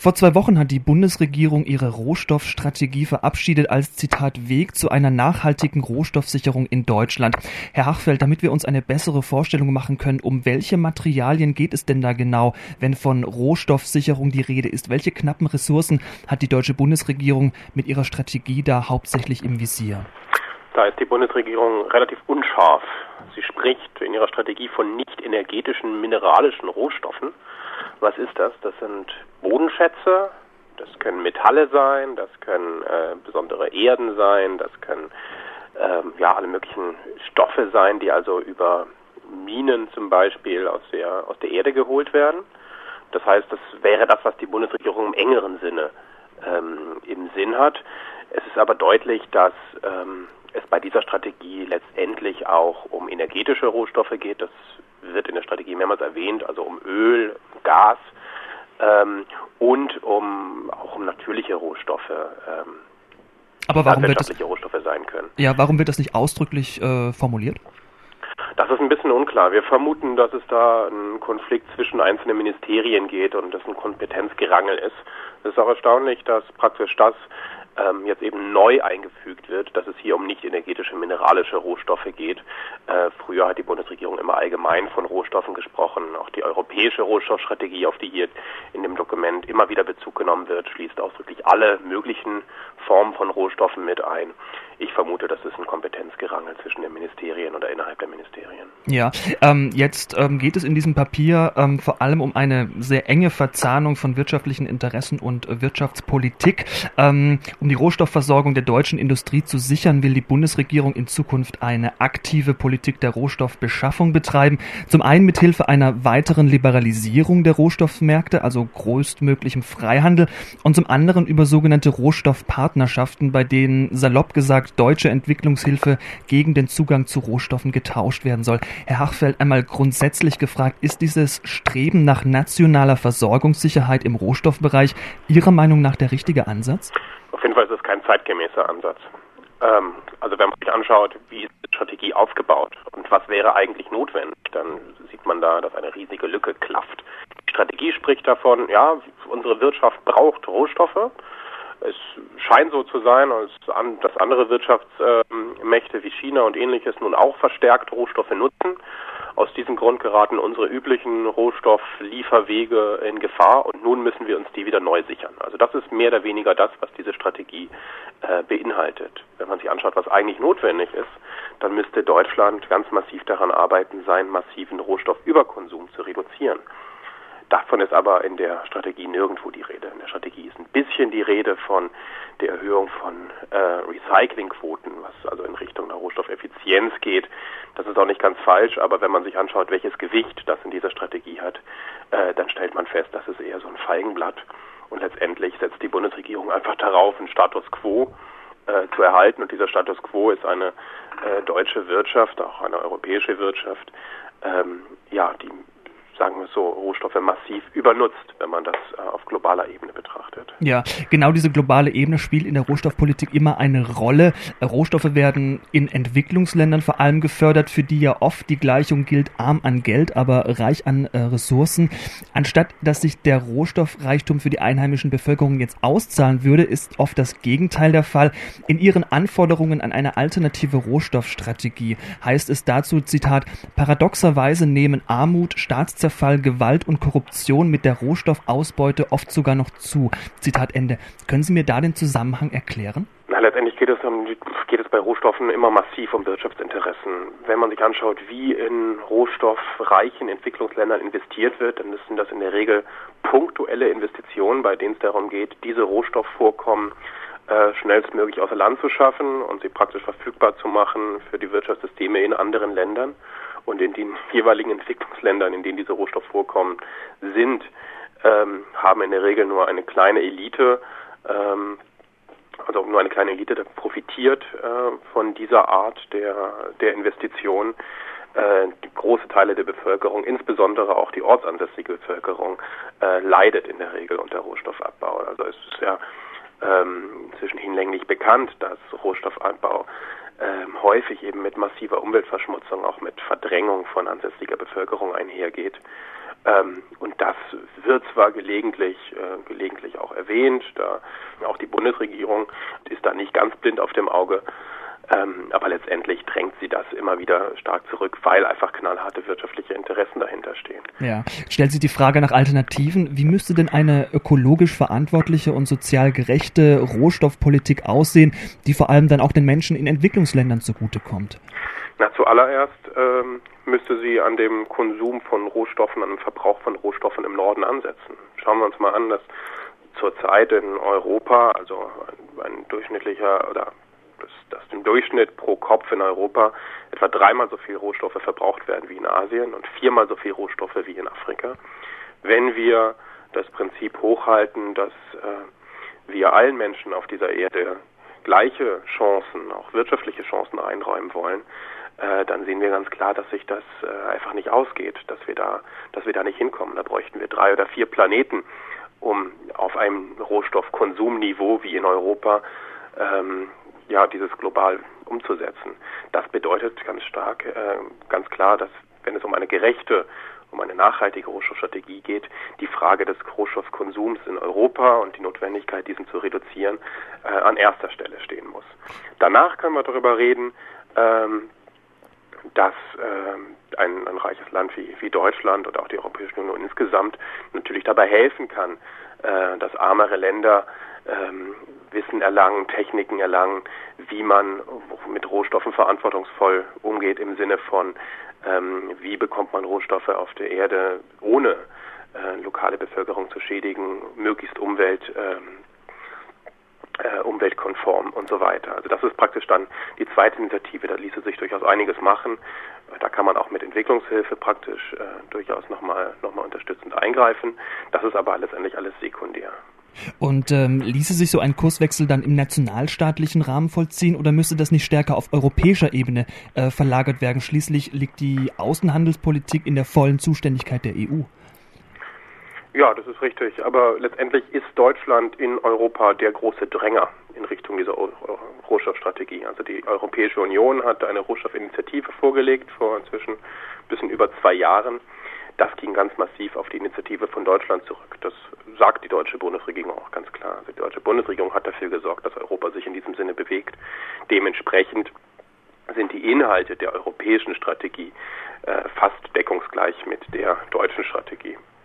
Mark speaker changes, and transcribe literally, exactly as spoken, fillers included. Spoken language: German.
Speaker 1: Vor zwei Wochen hat die Bundesregierung ihre Rohstoffstrategie verabschiedet als, Zitat, Weg zu einer nachhaltigen Rohstoffsicherung in Deutschland. Herr Hachfeld, damit wir uns eine bessere Vorstellung machen können, um welche Materialien geht es denn da genau, wenn von Rohstoffsicherung die Rede ist? Welche knappen Ressourcen hat die deutsche Bundesregierung mit ihrer Strategie da hauptsächlich im Visier?
Speaker 2: Da ist die Bundesregierung relativ unscharf. Sie spricht in ihrer Strategie von nicht energetischen mineralischen Rohstoffen. Was ist das? Das sind Bodenschätze, das können Metalle sein, das können äh, besondere Erden sein, das können ähm, ja alle möglichen Stoffe sein, die also über Minen zum Beispiel aus der aus der Erde geholt werden. Das heißt, das wäre das, was die Bundesregierung im engeren Sinne ähm, im Sinn hat. Es ist aber deutlich, dass ähm, es bei dieser Strategie letztendlich auch um energetische Rohstoffe geht. Das wird in der Strategie mehrmals erwähnt, also um Öl, Gas ähm, und um auch um natürliche Rohstoffe, ähm,
Speaker 1: aber warum wird das,
Speaker 2: Rohstoffe sein können.
Speaker 1: Ja, warum wird das nicht ausdrücklich äh, formuliert?
Speaker 2: Das ist ein bisschen unklar. Wir vermuten, dass es da einen Konflikt zwischen einzelnen Ministerien geht und dass ein Kompetenzgerangel ist. Es ist auch erstaunlich, dass praktisch das ähm, jetzt eben neu eingefügt wird, dass es hier um nicht energetische mineralische Rohstoffe geht. Äh, früher hat die Bundesregierung immer allgemein von Rohstoffen gesprochen. Auch die europäische Rohstoffstrategie, auf die hier in dem Dokument immer wieder Bezug genommen wird, schließt ausdrücklich alle möglichen Formen von Rohstoffen mit ein. Ich vermute, das ist ein Kompetenzgerangel zwischen den Ministerien oder innerhalb der Ministerien.
Speaker 1: Ja, ähm, jetzt ähm, geht es in diesem Papier ähm, vor allem um eine sehr enge Verzahnung von wirtschaftlichen Interessen und äh, Wirtschaftspolitik. Ähm, um die Rohstoffversorgung der deutschen Industrie zu sichern, will die Bundesregierung in Zukunft eine aktive Politik der Rohstoffbeschaffung betreiben. Zum einen mit Hilfe einer weiteren Liberalisierung der Rohstoffmärkte, also größtmöglichem Freihandel, und zum anderen über sogenannte Rohstoffpartnerschaften, bei denen salopp gesagt deutsche Entwicklungshilfe gegen den Zugang zu Rohstoffen getauscht werden soll. Herr Hachfeld, einmal grundsätzlich gefragt, ist dieses Streben nach nationaler Versorgungssicherheit im Rohstoffbereich Ihrer Meinung nach der richtige Ansatz?
Speaker 2: Auf jeden Fall ist es kein zeitgemäßer Ansatz. Ähm, also wenn man sich anschaut, wie ist die Strategie aufgebaut und was wäre eigentlich notwendig, dann sieht man da, dass eine riesige Lücke klafft. Die Strategie spricht davon, ja, unsere Wirtschaft braucht Rohstoffe. Es scheint so zu sein, dass andere Wirtschaftsmächte wie China und Ähnliches nun auch verstärkt Rohstoffe nutzen. Aus diesem Grund geraten unsere üblichen Rohstofflieferwege in Gefahr und nun müssen wir uns die wieder neu sichern. Also das ist mehr oder weniger das, was diese Strategie äh, beinhaltet. Wenn man sich anschaut, was eigentlich notwendig ist, dann müsste Deutschland ganz massiv daran arbeiten, seinen massiven Rohstoffüberkonsum zu reduzieren. Davon ist aber in der Strategie nirgendwo die Rede. In der Strategie ist ein bisschen die Rede von der Erhöhung von äh, Recyclingquoten, was also in Richtung der Rohstoffeffizienz geht. Das ist auch nicht ganz falsch, aber wenn man sich anschaut, welches Gewicht das in dieser Strategie hat, äh, dann stellt man fest, das ist eher so ein Feigenblatt. Und letztendlich setzt die Bundesregierung einfach darauf, einen Status quo äh, zu erhalten. Und dieser Status quo ist eine äh, deutsche Wirtschaft, auch eine europäische Wirtschaft, ähm, ja, die, sagen wir so, Rohstoffe massiv übernutzt, wenn man das äh, auf globaler Ebene betrachtet.
Speaker 1: Ja, genau diese globale Ebene spielt in der Rohstoffpolitik immer eine Rolle. Rohstoffe werden in Entwicklungsländern vor allem gefördert, für die ja oft die Gleichung gilt, arm an Geld, aber reich an äh, Ressourcen. Anstatt dass sich der Rohstoffreichtum für die einheimischen Bevölkerung jetzt auszahlen würde, ist oft das Gegenteil der Fall. In ihren Anforderungen an eine alternative Rohstoffstrategie heißt es dazu, Zitat, paradoxerweise nehmen Armut, Staatszerfall, Gewalt und Korruption mit der Rohstoffausbeute oft sogar noch zu. Zitat Ende. Können Sie mir da den Zusammenhang erklären?
Speaker 2: Na, letztendlich geht es, um, geht es bei Rohstoffen immer massiv um Wirtschaftsinteressen. Wenn man sich anschaut, wie in rohstoffreichen Entwicklungsländern investiert wird, dann sind das in der Regel punktuelle Investitionen, bei denen es darum geht, diese Rohstoffvorkommen äh, schnellstmöglich außer Land zu schaffen und sie praktisch verfügbar zu machen für die Wirtschaftssysteme in anderen Ländern. Und in den jeweiligen Entwicklungsländern, in denen diese Rohstoffvorkommen sind, ähm, haben in der Regel nur eine kleine Elite, ähm, also nur eine kleine Elite profitiert äh, von dieser Art der, der Investition. Äh, die große Teile der Bevölkerung, insbesondere auch die ortsansässige Bevölkerung, äh, leidet in der Regel unter Rohstoffabbau. Also es ist ja ähm, inzwischen hinlänglich bekannt, dass Rohstoffabbau Ähm, häufig eben mit massiver Umweltverschmutzung, auch mit Verdrängung von ansässiger Bevölkerung einhergeht. Ähm, und das wird zwar gelegentlich, äh, gelegentlich auch erwähnt, da auch die Bundesregierung ist da nicht ganz blind auf dem Auge, ähm, aber letztendlich drängt sie das immer wieder stark zurück, weil einfach knallharte wirtschaftliche Interessen dahinter stehen.
Speaker 1: Ja, stellt sich die Frage nach Alternativen. Wie müsste denn eine ökologisch verantwortliche und sozial gerechte Rohstoffpolitik aussehen, die vor allem dann auch den Menschen in Entwicklungsländern zugutekommt?
Speaker 2: Na, zuallererst ähm, müsste sie an dem Konsum von Rohstoffen, an dem Verbrauch von Rohstoffen im Norden ansetzen. Schauen wir uns mal an, dass zurzeit in Europa, also ein, ein durchschnittlicher oder dass, dass im Durchschnitt pro Kopf in Europa etwa dreimal so viel Rohstoffe verbraucht werden wie in Asien und viermal so viel Rohstoffe wie in Afrika. Wenn wir das Prinzip hochhalten, dass äh, wir allen Menschen auf dieser Erde gleiche Chancen, auch wirtschaftliche Chancen einräumen wollen, äh, dann sehen wir ganz klar, dass sich das äh, einfach nicht ausgeht, dass wir da, dass wir da nicht hinkommen. Da bräuchten wir drei oder vier Planeten, um auf einem Rohstoffkonsumniveau wie in Europa ähm, ja dieses global umzusetzen. Das bedeutet ganz stark, äh, ganz klar, dass wenn es um eine gerechte, um eine nachhaltige Rohstoffstrategie geht, die Frage des Rohstoffkonsums in Europa und die Notwendigkeit, diesen zu reduzieren, äh, an erster Stelle stehen muss. Danach können wir darüber reden, ähm, dass äh, ein, ein reiches Land wie, wie Deutschland oder auch die Europäische Union insgesamt natürlich dabei helfen kann, äh, dass ärmere Länder ähm, Wissen erlangen, Techniken erlangen, wie man mit Rohstoffen verantwortungsvoll umgeht im Sinne von, ähm, wie bekommt man Rohstoffe auf der Erde, ohne äh, lokale Bevölkerung zu schädigen, möglichst Umwelt ähm, Äh, umweltkonform und so weiter. Also das ist praktisch dann die zweite Initiative, da ließe sich durchaus einiges machen. Da kann man auch mit Entwicklungshilfe praktisch äh, durchaus nochmal noch mal unterstützend eingreifen. Das ist aber letztendlich alles sekundär.
Speaker 1: Und ähm, ließe sich so ein Kurswechsel dann im nationalstaatlichen Rahmen vollziehen oder müsste das nicht stärker auf europäischer Ebene äh, verlagert werden? Schließlich liegt die Außenhandelspolitik in der vollen Zuständigkeit der E U.
Speaker 2: Ja, das ist richtig. Aber letztendlich ist Deutschland in Europa der große Dränger in Richtung dieser Rohstoffstrategie. Also die Europäische Union hat eine Rohstoffinitiative vorgelegt vor inzwischen ein bisschen über zwei Jahren. Das ging ganz massiv auf die Initiative von Deutschland zurück. Das sagt die deutsche Bundesregierung auch ganz klar. Also die deutsche Bundesregierung hat dafür gesorgt, dass Europa sich in diesem Sinne bewegt. Dementsprechend sind die Inhalte der europäischen Strategie äh, fast deckungsgleich mit der deutschen Strategie.